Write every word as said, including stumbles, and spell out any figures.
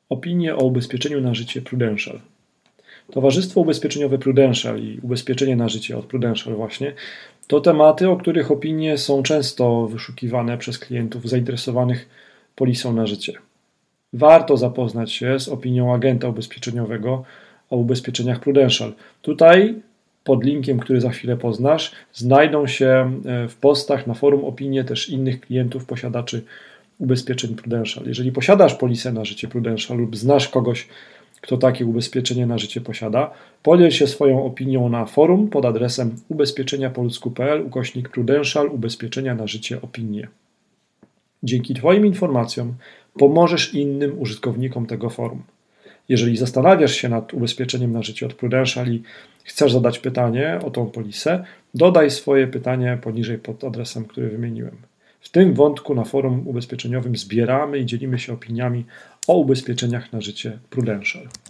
Opinie o ubezpieczeniu na życie Prudential. Towarzystwo Ubezpieczeniowe Prudential i ubezpieczenie na życie od Prudential właśnie to tematy, o których opinie są często wyszukiwane przez klientów zainteresowanych polisą na życie. Warto zapoznać się z opinią agenta ubezpieczeniowego o ubezpieczeniach Prudential. Tutaj pod linkiem, który za chwilę poznasz, znajdą się w postach na forum opinie też innych klientów, posiadaczy ubezpieczeń Prudential. Jeżeli posiadasz polisę na życie Prudential lub znasz kogoś, kto takie ubezpieczenie na życie posiada, podziel się swoją opinią na forum pod adresem ubezpieczeniapoludzku.pl ukośnik Prudential ubezpieczenia na życie opinie. Dzięki Twoim informacjom pomożesz innym użytkownikom tego forum. Jeżeli zastanawiasz się nad ubezpieczeniem na życie od Prudential i chcesz zadać pytanie o tą polisę, dodaj swoje pytanie poniżej pod adresem, który wymieniłem. W tym wątku na forum ubezpieczeniowym zbieramy i dzielimy się opiniami o ubezpieczeniach na życie Prudential.